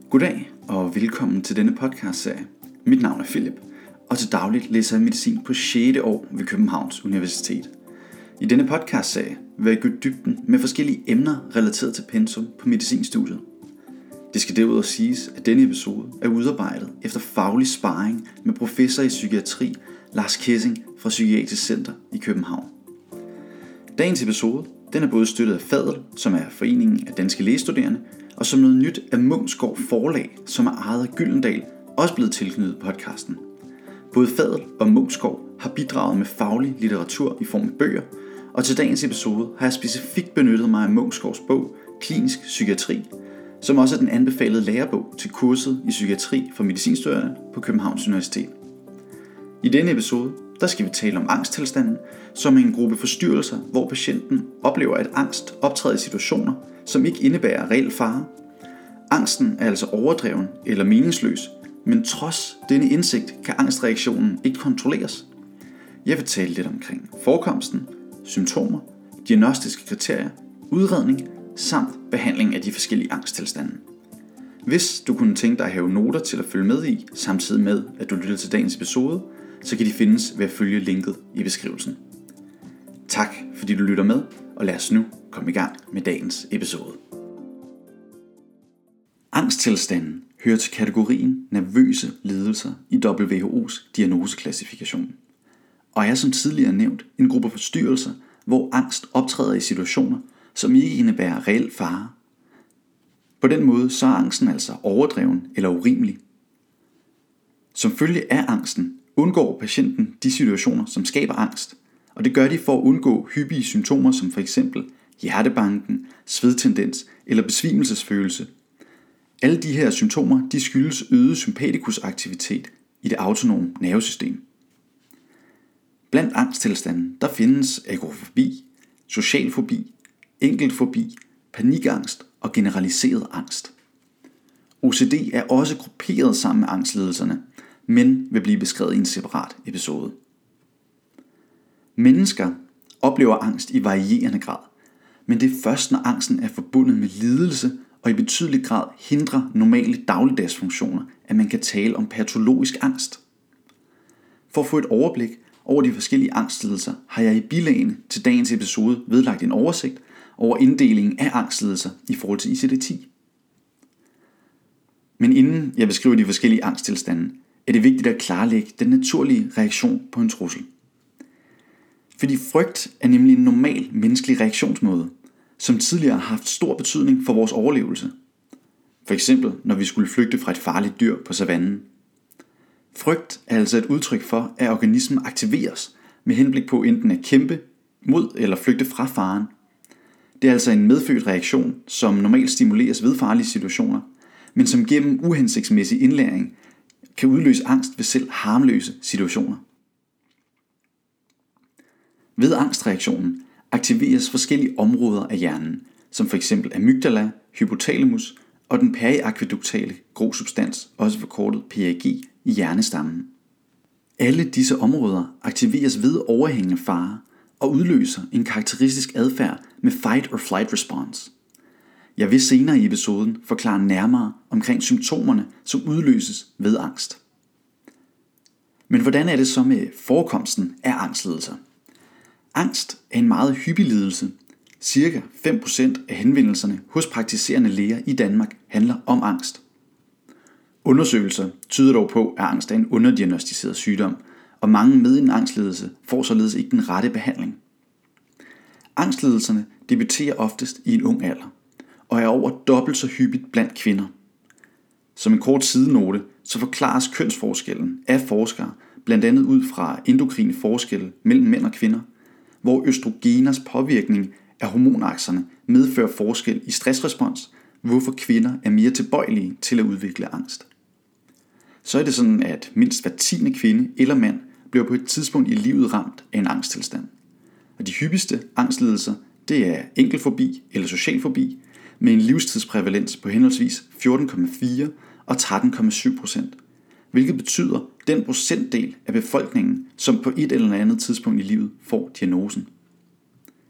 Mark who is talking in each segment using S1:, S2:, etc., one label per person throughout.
S1: Goddag og velkommen til denne podcastserie. Mit navn er Philip, og til dagligt læser jeg medicin på 6. år ved Københavns Universitet. I denne podcastserie vil jeg gå dybden med forskellige emner relateret til pensum på medicinstudiet. Det skal derudover siges, at denne episode er udarbejdet efter faglig sparring med professor i psykiatri Lars Kessing fra Psykiatrisk Center i København. Dagens episode den er både støttet af Fadel, som er Foreningen af Danske Lægestuderende, og som noget nyt af Munksgaard Forlag, som er ejet af Gyldendal, også blevet tilknyttet podcasten. Både Fadel og Munksgaard har bidraget med faglig litteratur i form af bøger, og til dagens episode har jeg specifikt benyttet mig af Munksgaards bog Klinisk Psykiatri, som også er den anbefalede lærebog til kurset i psykiatri for medicinstuderende på Københavns Universitet. I denne episode der skal vi tale om angsttilstanden, som er en gruppe forstyrrelser, hvor patienten oplever, at angst optræder i situationer, som ikke indebærer reel fare. Angsten er altså overdreven eller meningsløs, men trods denne indsigt kan angstreaktionen ikke kontrolleres. Jeg vil tale lidt omkring forekomsten, symptomer, diagnostiske kriterier, udredning samt behandling af de forskellige angsttilstande. Hvis du kunne tænke dig at have noter til at følge med i, samtidig med at du lytter til dagens episode, så kan de findes ved at følge linket i beskrivelsen. Tak fordi du lytter med, og lad os nu komme i gang med dagens episode. Angsttilstanden hører til kategorien nervøse lidelser i WHO's diagnoseklassifikation, og er som tidligere nævnt en gruppe forstyrrelser, hvor angst optræder i situationer, som ikke indebærer reel fare. På den måde så er angsten altså overdreven eller urimelig. Som følge af angsten undgår patienten de situationer, som skaber angst, og det gør de for at undgå hyppige symptomer som f.eks. hjertebanken, svedtendens eller besvimelsesfølelse. Alle de her symptomer de skyldes øget sympatikusaktivitet i det autonome nervesystem. Blandt angsttilstanden der findes agorafobi, social fobi, enkeltfobi, panikangst og generaliseret angst. OCD er også grupperet sammen med angstledelserne, men vil blive beskrevet i en separat episode. Mennesker oplever angst i varierende grad, men det er først når angsten er forbundet med lidelse og i betydelig grad hindrer normale dagligdagsfunktioner, at man kan tale om patologisk angst. For at få et overblik over de forskellige angstlidelser, har jeg i bilagene til dagens episode vedlagt en oversigt over inddelingen af angstlidelser i forhold til ICD-10. Men inden jeg beskriver de forskellige angsttilstande, er det vigtigt at klarlægge den naturlige reaktion på en trussel. Fordi frygt er nemlig en normal menneskelig reaktionsmåde, som tidligere har haft stor betydning for vores overlevelse. For eksempel når vi skulle flygte fra et farligt dyr på savannen. Frygt er altså et udtryk for, at organismen aktiveres med henblik på enten at kæmpe mod eller flygte fra faren. Det er altså en medfødt reaktion, som normalt stimuleres ved farlige situationer, men som gennem uhensigtsmæssig indlæring kan udløse angst ved selv harmløse situationer. Ved angstreaktionen aktiveres forskellige områder af hjernen, som f.eks. amygdala, hypotalamus og den periakveduktale grå-substans, også forkortet PAG, i hjernestammen. Alle disse områder aktiveres ved overhængende fare og udløser en karakteristisk adfærd med fight or flight response. Jeg vil senere i episoden forklare nærmere omkring symptomerne, som udløses ved angst. Men hvordan er det så med forekomsten af angstlidelser? Angst er en meget hyppig lidelse. Cirka 5% af henvendelserne hos praktiserende læger i Danmark handler om angst. Undersøgelser tyder dog på, at angst er en underdiagnostiseret sygdom, og mange med en angstlidelse får således ikke den rette behandling. Angstlidelserne debuterer oftest i en ung alder, og er over dobbelt så hyppigt blandt kvinder. Som en kort sidenote, så forklares kønsforskellen af forskere, blandt andet ud fra endokrine forskelle mellem mænd og kvinder, hvor østrogeners påvirkning af hormonakserne medfører forskel i stressrespons, hvorfor kvinder er mere tilbøjelige til at udvikle angst. Så er det sådan, at mindst hver 10. kvinde eller mand bliver på et tidspunkt i livet ramt af en angsttilstand. Og de hyppigste angstlidelser, det er enkeltfobi eller social fobi, med en livstidsprævalens på henholdsvis 14,4 og 13,7%, hvilket betyder den procentdel af befolkningen, som på et eller andet tidspunkt i livet får diagnosen.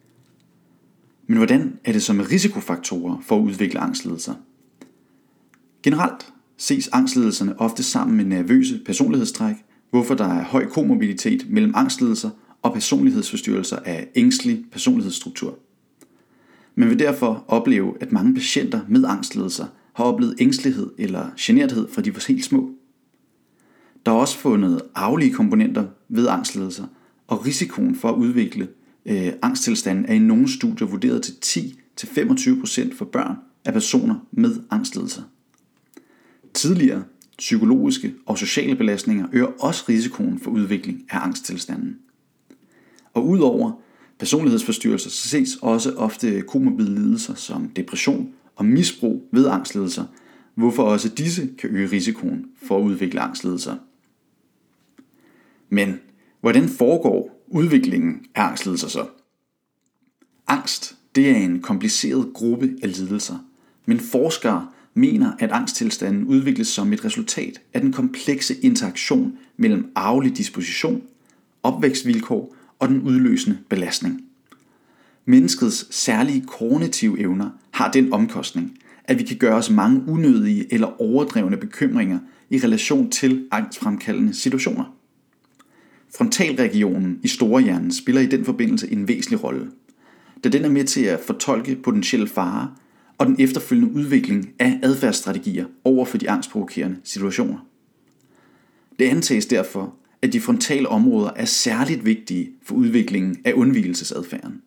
S1: Men hvordan er det så med risikofaktorer for at udvikle angstlidelser? Generelt ses angstlidelserne ofte sammen med nervøse personlighedstræk, hvorfor der er høj komobilitet mellem angstlidelser og personlighedsforstyrrelser af ængstelig personlighedsstruktur. Man vil derfor opleve, at mange patienter med angstlidelser har oplevet ængstelighed eller generthed fra de var helt små. Der er også fundet arvelige komponenter ved angstlidelser, og risikoen for at udvikle angsttilstanden er i nogle studier vurderet til 10-25% for børn af personer med angstlidelser. Tidligere psykologiske og sociale belastninger øger også risikoen for udvikling af angsttilstanden. Og udover personlighedsforstyrrelser, så ses også ofte komorbide lidelser som depression og misbrug ved angstlidelser, hvorfor også disse kan øge risikoen for at udvikle angstlidelser. Men hvordan foregår udviklingen af angstlidelser så? Angst, det er en kompliceret gruppe af lidelser, men forskere mener, at angsttilstanden udvikles som et resultat af den komplekse interaktion mellem arvelig disposition, opvækstvilkår og den udløsende belastning. Menneskets særlige kognitive evner har den omkostning, at vi kan gøre os mange unødige eller overdrevne bekymringer i relation til angstfremkaldende situationer. Frontalregionen i storehjernen spiller i den forbindelse en væsentlig rolle, da den er med til at fortolke potentielle farer og den efterfølgende udvikling af adfærdsstrategier over for de angstprovokerende situationer. Det antages derfor, at de frontale områder er særligt vigtige for udviklingen af undvigelsesadfærden.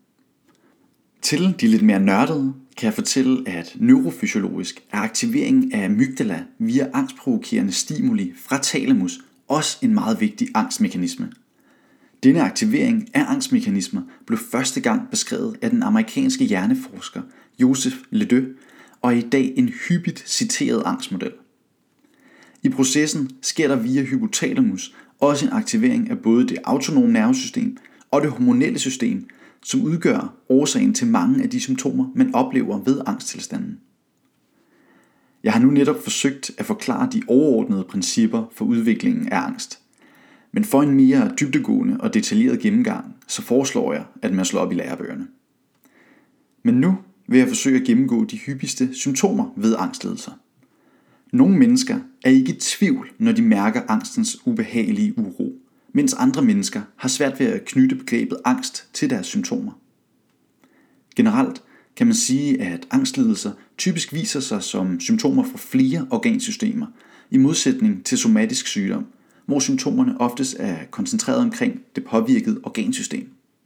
S1: Til de lidt mere nørdede kan jeg fortælle, at neurofysiologisk er aktiveringen af amygdala via angstprovokerende stimuli fra thalamus også en meget vigtig angstmekanisme. Denne aktivering af angstmekanismer blev første gang beskrevet af den amerikanske hjerneforsker Joseph Ledoux og er i dag en hyppigt citeret angstmodel. I processen sker der via hypotalamus også en aktivering af både det autonome nervesystem og det hormonelle system, som udgør årsagen til mange af de symptomer, man oplever ved angsttilstanden. Jeg har nu netop forsøgt at forklare de overordnede principper for udviklingen af angst. Men for en mere dybdegående og detaljeret gennemgang, så foreslår jeg, at man slår op i lærebøgerne. Men nu vil jeg forsøge at gennemgå de hyppigste symptomer ved angstlidelser. Nogle mennesker er ikke i tvivl, når de mærker angstens ubehagelige uro, mens andre mennesker har svært ved at knytte begrebet angst til deres symptomer. Generelt kan man sige, at angstlidelser typisk viser sig som symptomer fra flere organsystemer, i modsætning til somatisk sygdom, hvor symptomerne oftest er koncentreret omkring det påvirkede organsystem.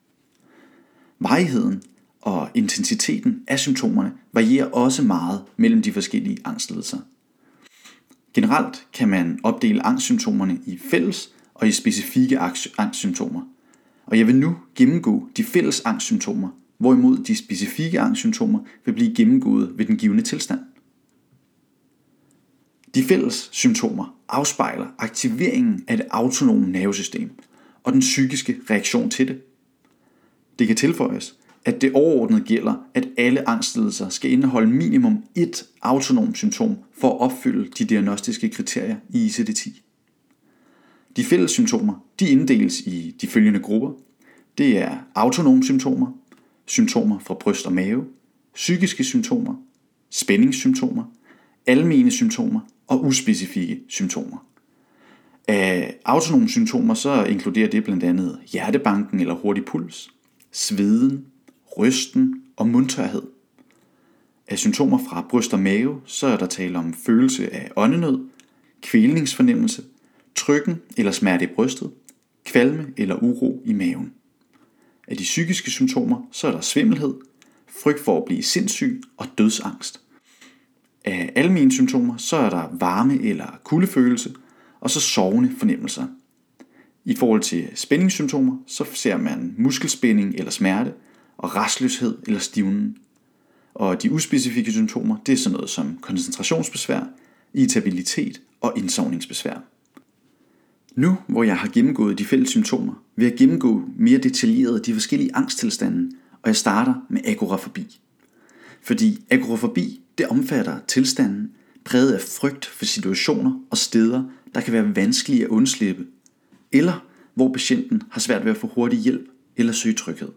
S1: Varigheden og intensiteten af symptomerne varierer også meget mellem de forskellige angstlidelser. Generelt kan man opdele angstsymptomerne i fælles og i specifikke angstsymptomer. Og jeg vil nu gennemgå de fælles angstsymptomer, hvorimod de specifikke angstsymptomer vil blive gennemgået ved den givne tilstand. De fælles symptomer afspejler aktiveringen af det autonome nervesystem og den psykiske reaktion til det. Det kan tilføjes, at det overordnet gælder, at alle angstlidelser skal indeholde minimum ét autonomt symptom for at opfylde de diagnostiske kriterier i ICD-10. De fælles symptomer de inddeles i de følgende grupper. Det er autonome symptomer, symptomer fra bryst og mave, psykiske symptomer, spændingssymptomer, almene symptomer og uspecifikke symptomer. Af autonome symptomer så inkluderer det blandt andet hjertebanken eller hurtig puls, sveden, rysten og mundtørhed. Af symptomer fra bryst og mave så er der tale om følelse af åndenød, kvælningsfornemmelse, trykken eller smerte i brystet, kvalme eller uro i maven. Af de psykiske symptomer så er der svimmelhed, frygt for at blive sindssyg og dødsangst. Af almene symptomer så er der varme eller kuldefølelse og så sovende fornemmelser. I forhold til spændingssymptomer så ser man muskelspænding eller smerte og rastløshed eller stivnen. Og de uspecifikke symptomer det er sådan noget som koncentrationsbesvær, irritabilitet og indsovningsbesvær. Nu hvor jeg har gennemgået de fælles symptomer, vil jeg gennemgå mere detaljeret de forskellige angsttilstande, og jeg starter med agorafobi. Fordi agorafobi det omfatter tilstanden præget af frygt for situationer og steder, der kan være vanskelige at undslippe, eller hvor patienten har svært ved at få hurtig hjælp eller søge tryghed.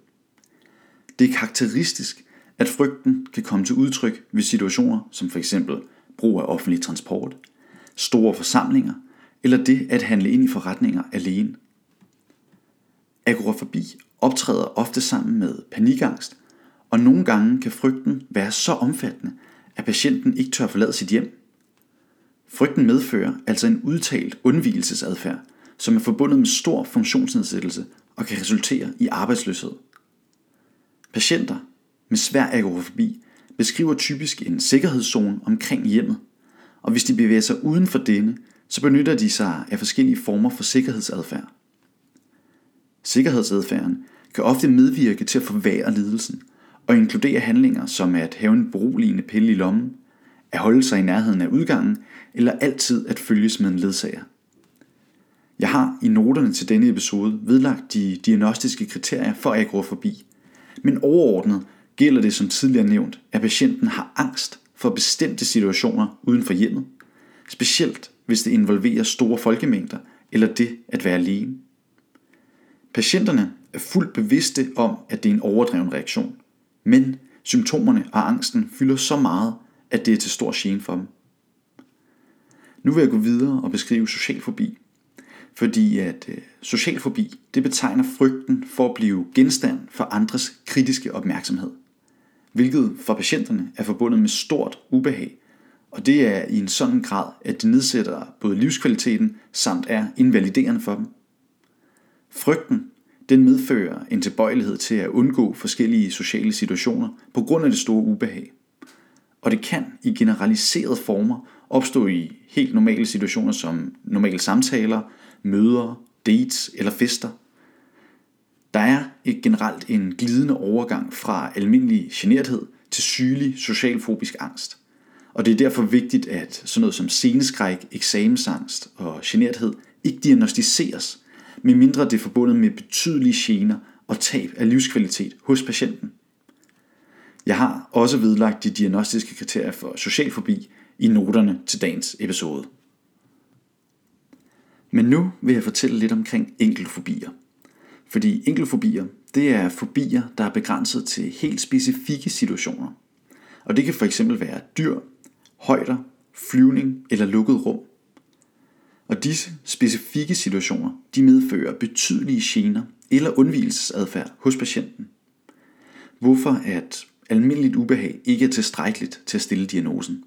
S1: Det er karakteristisk, at frygten kan komme til udtryk ved situationer som f.eks. brug af offentlig transport, store forsamlinger eller det at handle ind i forretninger alene. Agorafobi optræder ofte sammen med panikangst, og nogle gange kan frygten være så omfattende, at patienten ikke tør forlade sit hjem. Frygten medfører altså en udtalt undvigelsesadfærd, som er forbundet med stor funktionsnedsættelse og kan resultere i arbejdsløshed. Patienter med svær agorafobi beskriver typisk en sikkerhedszone omkring hjemmet, og hvis de bevæger sig uden for denne, så benytter de sig af forskellige former for sikkerhedsadfærd. Sikkerhedsadfærden kan ofte medvirke til at forværre lidelsen og inkludere handlinger som at have en beroligende pille i lommen, at holde sig i nærheden af udgangen eller altid at følges med en ledsager. Jeg har i noterne til denne episode vedlagt de diagnostiske kriterier for agorafobi, men overordnet gælder det som tidligere nævnt, at patienten har angst for bestemte situationer uden for hjemmet, specielt hvis det involverer store folkemængder eller det at være alene. Patienterne er fuldt bevidste om, at det er en overdreven reaktion, men symptomerne og angsten fylder så meget, at det er til stor gene for dem. Nu vil jeg gå videre og beskrive social fobi, fordi at social fobi, det betegner frygten for at blive genstand for andres kritiske opmærksomhed, hvilket for patienterne er forbundet med stort ubehag, og det er i en sådan grad, at det nedsætter både livskvaliteten samt er invaliderende for dem. Frygten, den medfører en tilbøjelighed til at undgå forskellige sociale situationer på grund af det store ubehag. Og det kan i generaliserede former opstå i helt normale situationer som normale samtaler, møder, dates eller fester. Der er generelt en glidende overgang fra almindelig generthed til sygelig socialfobisk angst. Og det er derfor vigtigt, at sådan noget som sceneskræk, eksamensangst og generthed ikke diagnosticeres, medmindre det er forbundet med betydelige gener og tab af livskvalitet hos patienten. Jeg har også vedlagt de diagnostiske kriterier for social fobi i noterne til dagens episode. Men nu vil jeg fortælle lidt omkring enkeltfobier. Fordi enkeltfobier, det er fobier, der er begrænset til helt specifikke situationer. Og det kan fx være dyr, højder, flyvning eller lukket rum. Og disse specifikke situationer, de medfører betydelige gener eller undvigelsesadfærd hos patienten. Hvorfor at almindeligt ubehag ikke er tilstrækkeligt til at stille diagnosen.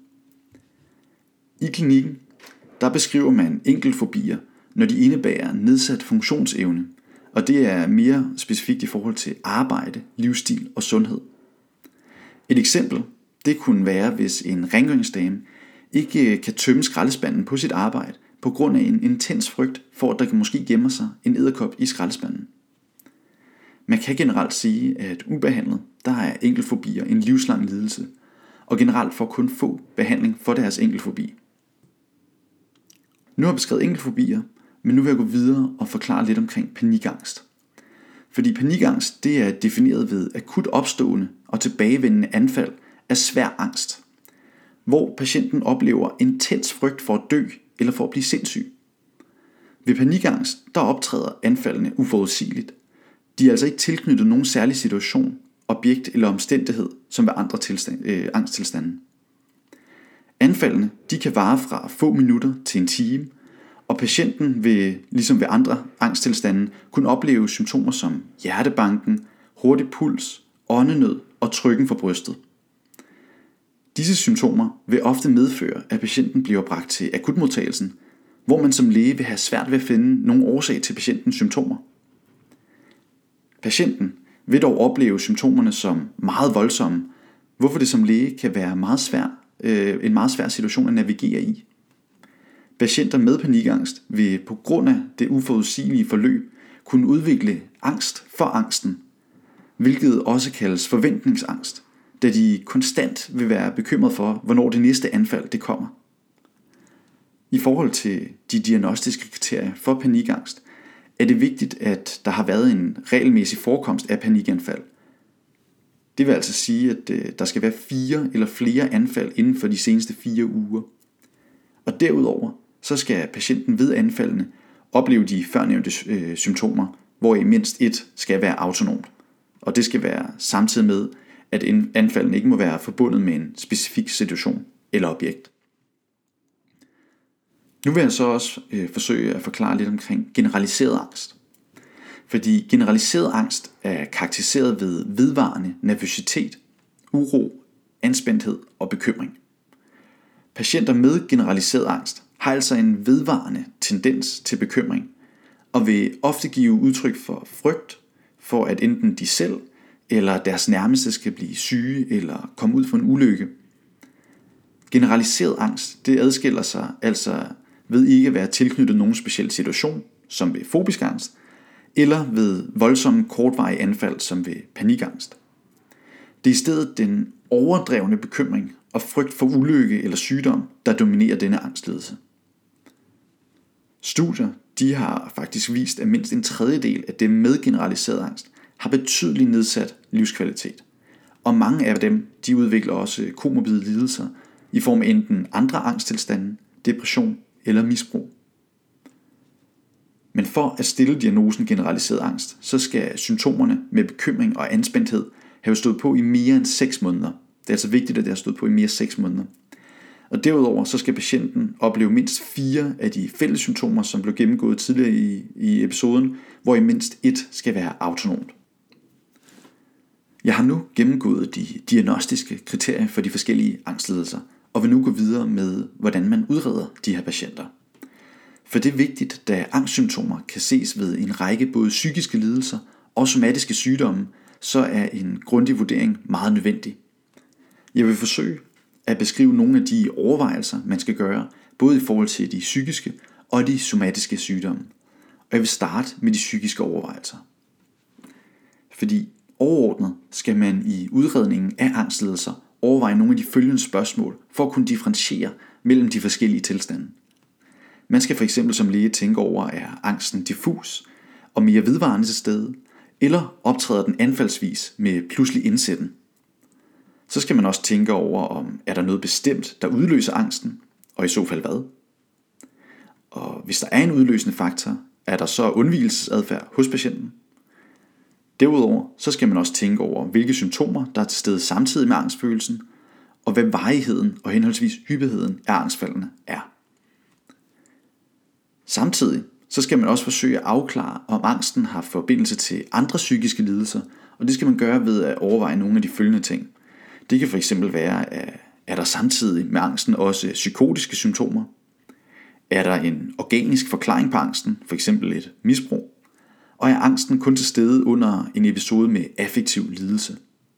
S1: I klinikken, der beskriver man enkeltfobier, når de indebærer nedsat funktionsevne, og det er mere specifikt i forhold til arbejde, livsstil og sundhed. Et eksempel, det kunne være, hvis en rengøringsdame ikke kan tømme skraldespanden på sit arbejde, på grund af en intens frygt for, at der kan måske gemme sig en edderkop i skraldespanden. Man kan generelt sige, at ubehandlet, der er enkeltfobier en livslang lidelse, og generelt får kun få behandling for deres enkeltfobi. Nu har jeg beskrevet enkeltfobier, men nu vil jeg gå videre og forklare lidt omkring panikangst. Fordi panikangst, det er defineret ved akut opstående og tilbagevendende anfald af svær angst, hvor patienten oplever intens frygt for at dø eller for at blive sindssyg. Ved panikangst, der optræder anfaldene uforudsigeligt. De er altså ikke tilknyttet nogen særlig situation, objekt eller omstændighed, som ved andre angsttilstande. Anfaldene, de kan vare fra få minutter til en time, og patienten vil, ligesom ved andre angsttilstande, kunne opleve symptomer som hjertebanken, hurtig puls, åndenød og trykken for brystet. Disse symptomer vil ofte medføre, at patienten bliver bragt til akutmodtagelsen, hvor man som læge vil have svært ved at finde nogen årsag til patientens symptomer. Patienten vil dog opleve symptomerne som meget voldsomme, hvorfor det som læge kan være en meget svær situation at navigere i. Patienter med panikangst vil på grund af det uforudsigelige forløb kunne udvikle angst for angsten, hvilket også kaldes forventningsangst, da de konstant vil være bekymret for, hvornår det næste anfald det kommer. I forhold til de diagnostiske kriterier for panikangst, er det vigtigt, at der har været en regelmæssig forekomst af panikanfald. Det vil altså sige, at der skal være 4 eller flere anfald inden for de seneste 4 uger. Og derudover, så skal patienten ved anfaldene opleve de førnævnte symptomer, hvor i mindst et skal være autonomt. Og det skal være samtidig med, at anfaldene ikke må være forbundet med en specifik situation eller objekt. Nu vil jeg så også forsøge at forklare lidt omkring generaliseret angst. Fordi generaliseret angst er karakteriseret ved vedvarende nervøsitet, uro, anspændthed og bekymring. Patienter med generaliseret angst har altså en vedvarende tendens til bekymring, og vil ofte give udtryk for frygt for, at enten de selv eller deres nærmeste skal blive syge eller komme ud for en ulykke. Generaliseret angst, det adskiller sig altså ved ikke at være tilknyttet nogen speciel situation, som ved fobisk angst, eller ved voldsomme kortvarige anfald, som ved panikangst. Det er i stedet den overdrevne bekymring og frygt for ulykke eller sygdom, der dominerer denne angstlidelse. Studier de har faktisk vist, at mindst en tredjedel af dem med generaliseret angst har betydeligt nedsat livskvalitet. Og mange af dem de udvikler også komorbide lidelser i form af enten andre angsttilstande, depression eller misbrug. Men for at stille diagnosen generaliseret angst, så skal symptomerne med bekymring og anspændthed have stået på i mere end 6 måneder. Det er altså vigtigt, at det har stået på i mere end 6 måneder. Og derudover så skal patienten opleve mindst 4 af de fælles symptomer, som blev gennemgået tidligere i episoden, hvor i mindst 1 skal være autonomt. Jeg har nu gennemgået de diagnostiske kriterier for de forskellige angstlidelser, og vil nu gå videre med, hvordan man udreder de her patienter. For det er vigtigt, da angstsymptomer kan ses ved en række både psykiske lidelser og somatiske sygdomme, så er en grundig vurdering meget nødvendig. Jeg vil forsøge at beskrive nogle af de overvejelser, man skal gøre, både i forhold til de psykiske og de somatiske sygdomme. Og jeg vil starte med de psykiske overvejelser. Fordi overordnet skal man i udredningen af angstlidelser overveje nogle af de følgende spørgsmål, for at kunne differentiere mellem de forskellige tilstande. Man skal for eksempel som læge tænke over, er angsten diffus og mere vedvarende til stede, eller optræder den anfaldsvis med pludselig indsætten. Så skal man også tænke over, om er der noget bestemt, der udløser angsten, og i så fald hvad. Og hvis der er en udløsende faktor, er der så undvigelsesadfærd hos patienten. Derudover så skal man også tænke over, hvilke symptomer, der er til stede samtidig med angstfølelsen, og hvad varigheden og henholdsvis hyppigheden af angstfaldene er. Samtidig så skal man også forsøge at afklare, om angsten har forbindelse til andre psykiske lidelser, og det skal man gøre ved at overveje nogle af de følgende ting. Det kan fx være, at er der samtidig med angsten også psykotiske symptomer? Er der en organisk forklaring på angsten, f.eks. et misbrug? Og er angsten kun til stede under en episode med affektiv lidelse?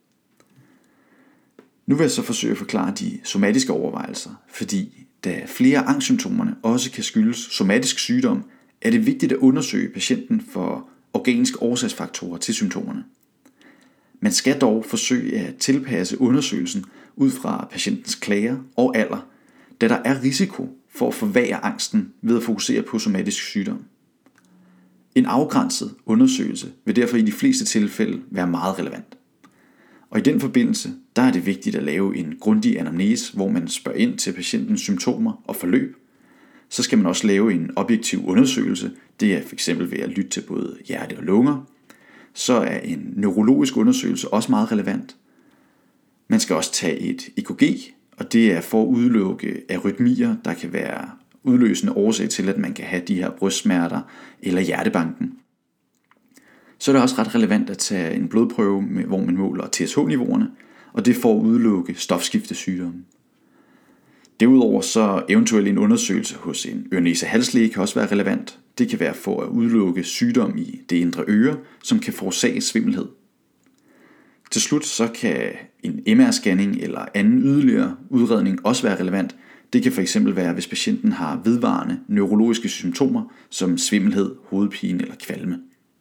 S1: Nu vil jeg så forsøge at forklare de somatiske overvejelser, fordi da flere af angstsymptomerne også kan skyldes somatisk sygdom, er det vigtigt at undersøge patienten for organiske årsagsfaktorer til symptomerne. Man skal dog forsøge at tilpasse undersøgelsen ud fra patientens klager og alder, da der er risiko for at forværre angsten ved at fokusere på somatisk sygdom. En afgrænset undersøgelse vil derfor i de fleste tilfælde være meget relevant. Og i den forbindelse, der er det vigtigt at lave en grundig anamnese, hvor man spørger ind til patientens symptomer og forløb. Så skal man også lave en objektiv undersøgelse. Det er fx ved at lytte til både hjerte og lunger. Så er en neurologisk undersøgelse også meget relevant. Man skal også tage et EKG, og det er for at udelukke arytmier, der kan være udløsende årsag til, at man kan have de her brystsmerter eller hjertebanken. Så er det også ret relevant at tage en blodprøve, hvor man måler TSH-niveauerne, og det er for at udelukke stofskiftesygdomme. Derudover så eventuelt en undersøgelse hos en øre-næse-halslæge kan også være relevant. Det kan være for at udelukke sygdom i det indre øre, som kan forårsage svimmelhed. Til slut så kan en MR-scanning eller anden yderligere udredning også være relevant. Det kan fx være, hvis patienten har vedvarende neurologiske symptomer som svimmelhed, hovedpine eller kvalme.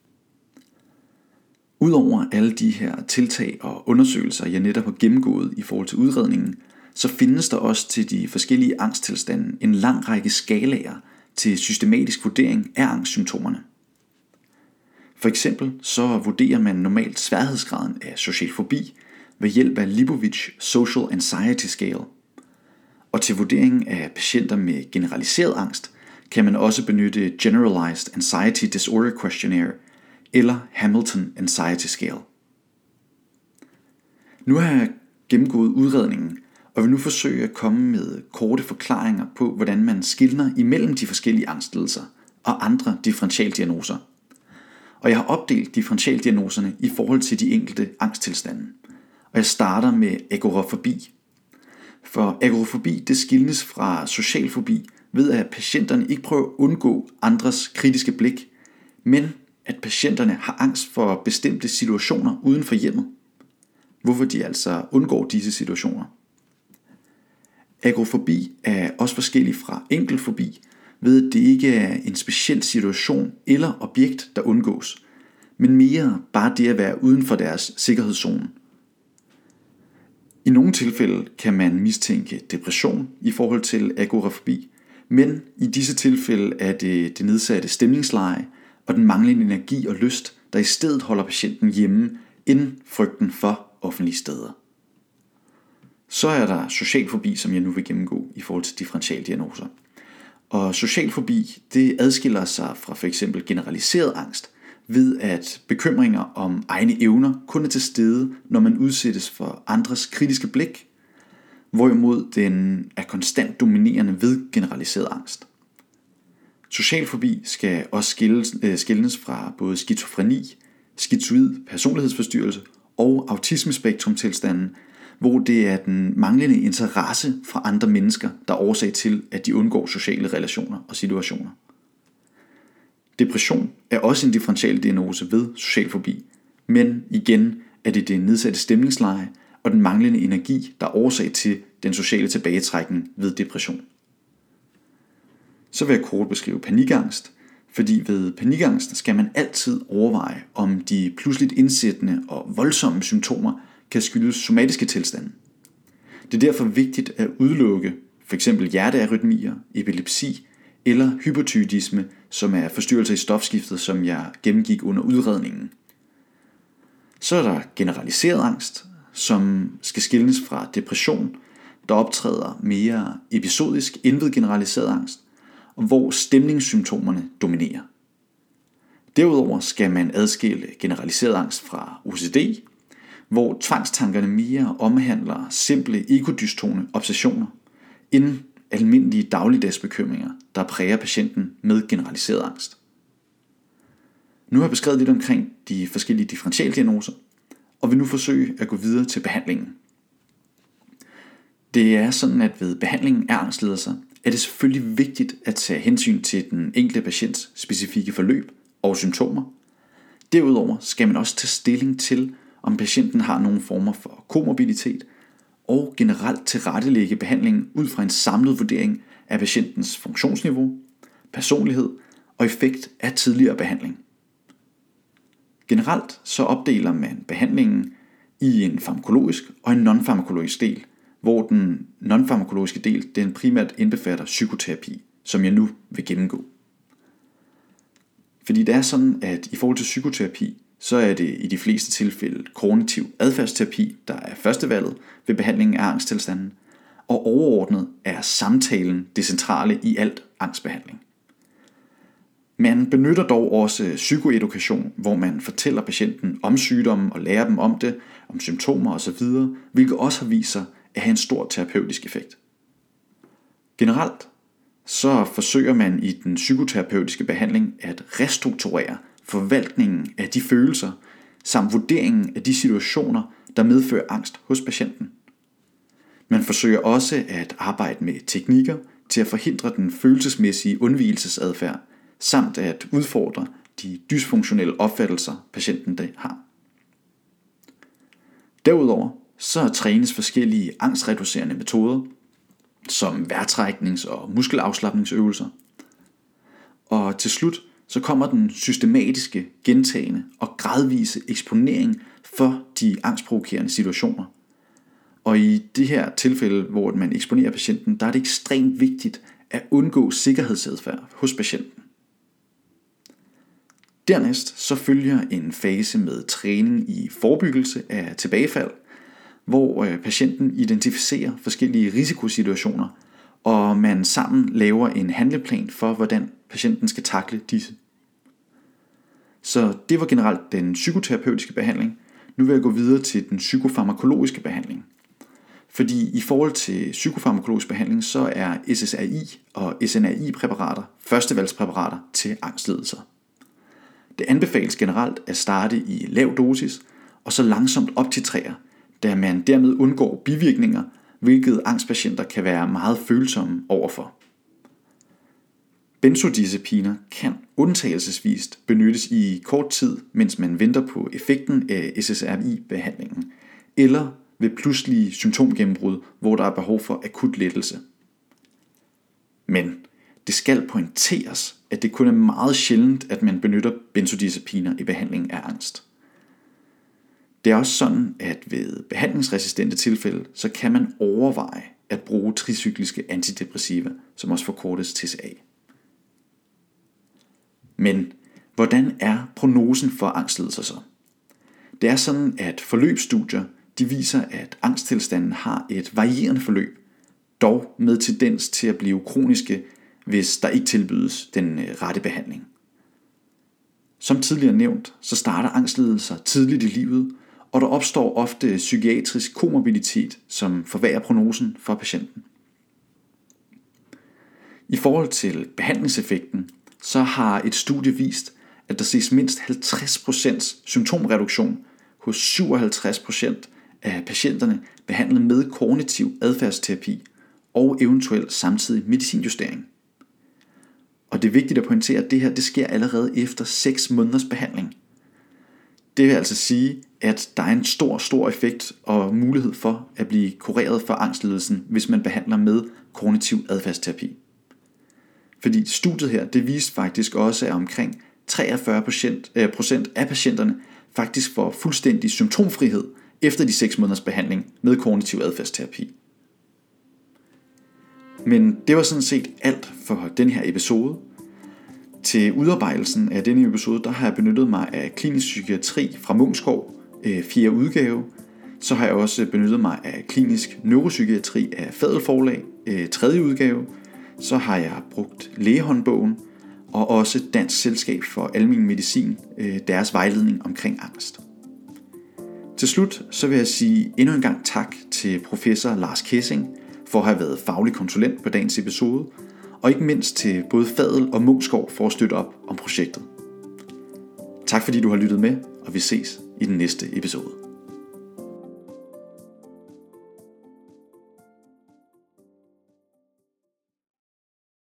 S1: Udover alle de her tiltag og undersøgelser, jeg netop har gennemgået i forhold til udredningen, så findes der også til de forskellige angsttilstande en lang række skalaer til systematisk vurdering af angstsymptomerne. For eksempel så vurderer man normalt sværhedsgraden af social fobi ved hjælp af Leibovitz Social Anxiety Scale. Og til vurderingen af patienter med generaliseret angst kan man også benytte Generalized Anxiety Disorder Questionnaire eller Hamilton Anxiety Scale. Nu har jeg gennemgået udredningen, og vil nu forsøge at komme med korte forklaringer på, hvordan man skelner imellem de forskellige angstlidelser og andre differentialdiagnoser. Og jeg har opdelt differentialdiagnoserne i forhold til de enkelte angsttilstande. Og jeg starter med agorafobi. For agorafobi det skilnes fra social fobi ved at patienterne ikke prøver at undgå andres kritiske blik, men at patienterne har angst for bestemte situationer uden for hjemmet. Hvorfor de altså undgår disse situationer. Agorafobi er også forskellig fra enkeltfobi, ved at det ikke er en speciel situation eller objekt, der undgås, men mere bare det at være uden for deres sikkerhedszone. I nogle tilfælde kan man mistænke depression i forhold til agorafobi, men i disse tilfælde er det nedsatte stemningsleje og den manglende energi og lyst, der i stedet holder patienten hjemme, end frygten for offentlige steder. Så er der social fobi, som jeg nu vil gennemgå i forhold til differentialdiagnoser. Og social fobi, det adskiller sig fra f.eks. generaliseret angst, ved at bekymringer om egne evner kun er til stede, når man udsættes for andres kritiske blik, hvorimod den er konstant dominerende ved generaliseret angst. Social fobi skal også skelnes fra både skizofreni, skizoid personlighedsforstyrrelse og autismespektrumtilstanden, hvor det er den manglende interesse fra andre mennesker, der er årsag til, at de undgår sociale relationer og situationer. Depression er også en differentialdiagnose ved social fobi, men igen er det nedsatte stemningsleje og den manglende energi, der er årsag til den sociale tilbagetrækning ved depression. Så vil jeg kort beskrive panikangst, fordi ved panikangst skal man altid overveje, om de pludseligt indsættende og voldsomme symptomer kan skyldes somatiske tilstande. Det er derfor vigtigt at udelukke f.eks. hjertearytmier, epilepsi eller hypotyreisme, som er forstyrrelser i stofskiftet, som jeg gennemgik under udredningen. Så er der generaliseret angst, som skal skelnes fra depression, der optræder mere episodisk end ved generaliseret angst, og hvor stemningssymptomerne dominerer. Derudover skal man adskille generaliseret angst fra OCD, hvor tvangstankerne mere omhandler simple ekodystone obsessioner, end almindelige dagligdagsbekymringer, der præger patienten med generaliseret angst. Nu har jeg beskrevet lidt omkring de forskellige differentialdiagnoser, og vil nu forsøge at gå videre til behandlingen. Det er sådan, at ved behandlingen af angstlidelser er det selvfølgelig vigtigt at tage hensyn til den enkelte patients specifikke forløb og symptomer. Derudover skal man også tage stilling til, om patienten har nogle former for komorbiditet, og generelt tilrettelægge behandlingen ud fra en samlet vurdering af patientens funktionsniveau, personlighed og effekt af tidligere behandling. Generelt så opdeler man behandlingen i en farmakologisk og en non-farmakologisk del, hvor den non-farmakologiske del den primært indbefatter psykoterapi, som jeg nu vil gennemgå. Fordi det er sådan, at i forhold til psykoterapi, så er det i de fleste tilfælde kognitiv adfærdsterapi, der er førstevalget ved behandlingen af angsttilstanden, og overordnet er samtalen det centrale i alt angstbehandling. Man benytter dog også psykoedukation, hvor man fortæller patienten om sygdommen og lærer dem om det, om symptomer osv., hvilket også har vist sig at have en stor terapeutisk effekt. Generelt så forsøger man i den psykoterapeutiske behandling at restrukturere forvaltningen af de følelser, samt vurderingen af de situationer, der medfører angst hos patienten. Man forsøger også at arbejde med teknikker til at forhindre den følelsesmæssige undvigelsesadfærd, samt at udfordre de dysfunktionelle opfattelser, patienten har. Derudover så trænes forskellige angstreducerende metoder, som vejrtræknings- og muskelafslapningsøvelser. Og til slut så kommer den systematiske, gentagende og gradvise eksponering for de angstprovokerende situationer. Og i det her tilfælde, hvor man eksponerer patienten, der er det ekstremt vigtigt at undgå sikkerhedsadfærd hos patienten. Dernæst så følger en fase med træning i forebyggelse af tilbagefald, hvor patienten identificerer forskellige risikosituationer, og man sammen laver en handleplan for, hvordan patienten skal takle disse. Så det var generelt den psykoterapeutiske behandling. Nu vil jeg gå videre til den psykofarmakologiske behandling. Fordi i forhold til psykofarmakologisk behandling, så er SSRI og SNRI-præparater førstevalgspræparater til angstlidelser. Det anbefales generelt at starte i lav dosis og så langsomt optitrere, da man dermed undgår bivirkninger, hvilket angstpatienter kan være meget følsomme overfor. Benzodiazepiner kan undtagelsesvist benyttes i kort tid, mens man venter på effekten af SSRI-behandlingen, eller ved pludselige symptomgennembrud, hvor der er behov for akut lettelse. Men det skal pointeres, at det kun er meget sjældent, at man benytter benzodiazepiner i behandling af angst. Det er også sådan, at ved behandlingsresistente tilfælde, så kan man overveje at bruge tricykliske antidepressiva, som også forkortes TCA. Men hvordan er prognosen for angstlidelser så? Det er sådan, at forløbsstudier de viser, at angsttilstanden har et varierende forløb, dog med tendens til at blive kroniske, hvis der ikke tilbydes den rette behandling. Som tidligere nævnt, så starter angstlidelser tidligt i livet, og der opstår ofte psykiatrisk komorbiditet, som forværrer prognosen for patienten. I forhold til behandlingseffekten, så har et studie vist, at der ses mindst 50% symptomreduktion hos 57% af patienterne behandlet med kognitiv adfærdsterapi og eventuelt samtidig medicinjustering. Og det er vigtigt at pointere, at det her det sker allerede efter 6 måneders behandling. Det vil altså sige, at der er en stor effekt og mulighed for at blive kureret for angstlidelsen, hvis man behandler med kognitiv adfærdsterapi. Fordi studiet her, det viste faktisk også, at omkring 43% af patienterne faktisk får fuldstændig symptomfrihed efter de 6 måneders behandling med kognitiv adfærdsterapi. Men det var sådan set alt for den her episode. Til udarbejdelsen af denne episode, der har jeg benyttet mig af klinisk psykiatri fra Munksgaard, 4. udgave. Så har jeg også benyttet mig af klinisk neuropsykiatri af Fadel Forlag, 3. udgave. Så har jeg brugt lægehåndbogen og også Dansk Selskab for Almen Medicin, deres vejledning omkring angst. Til slut så vil jeg sige endnu en gang tak til professor Lars Kessing for at have været faglig konsulent på dagens episode, og ikke mindst til både Fadel og Munksgaard for at støtte op om projektet. Tak fordi du har lyttet med, og vi ses i den næste episode.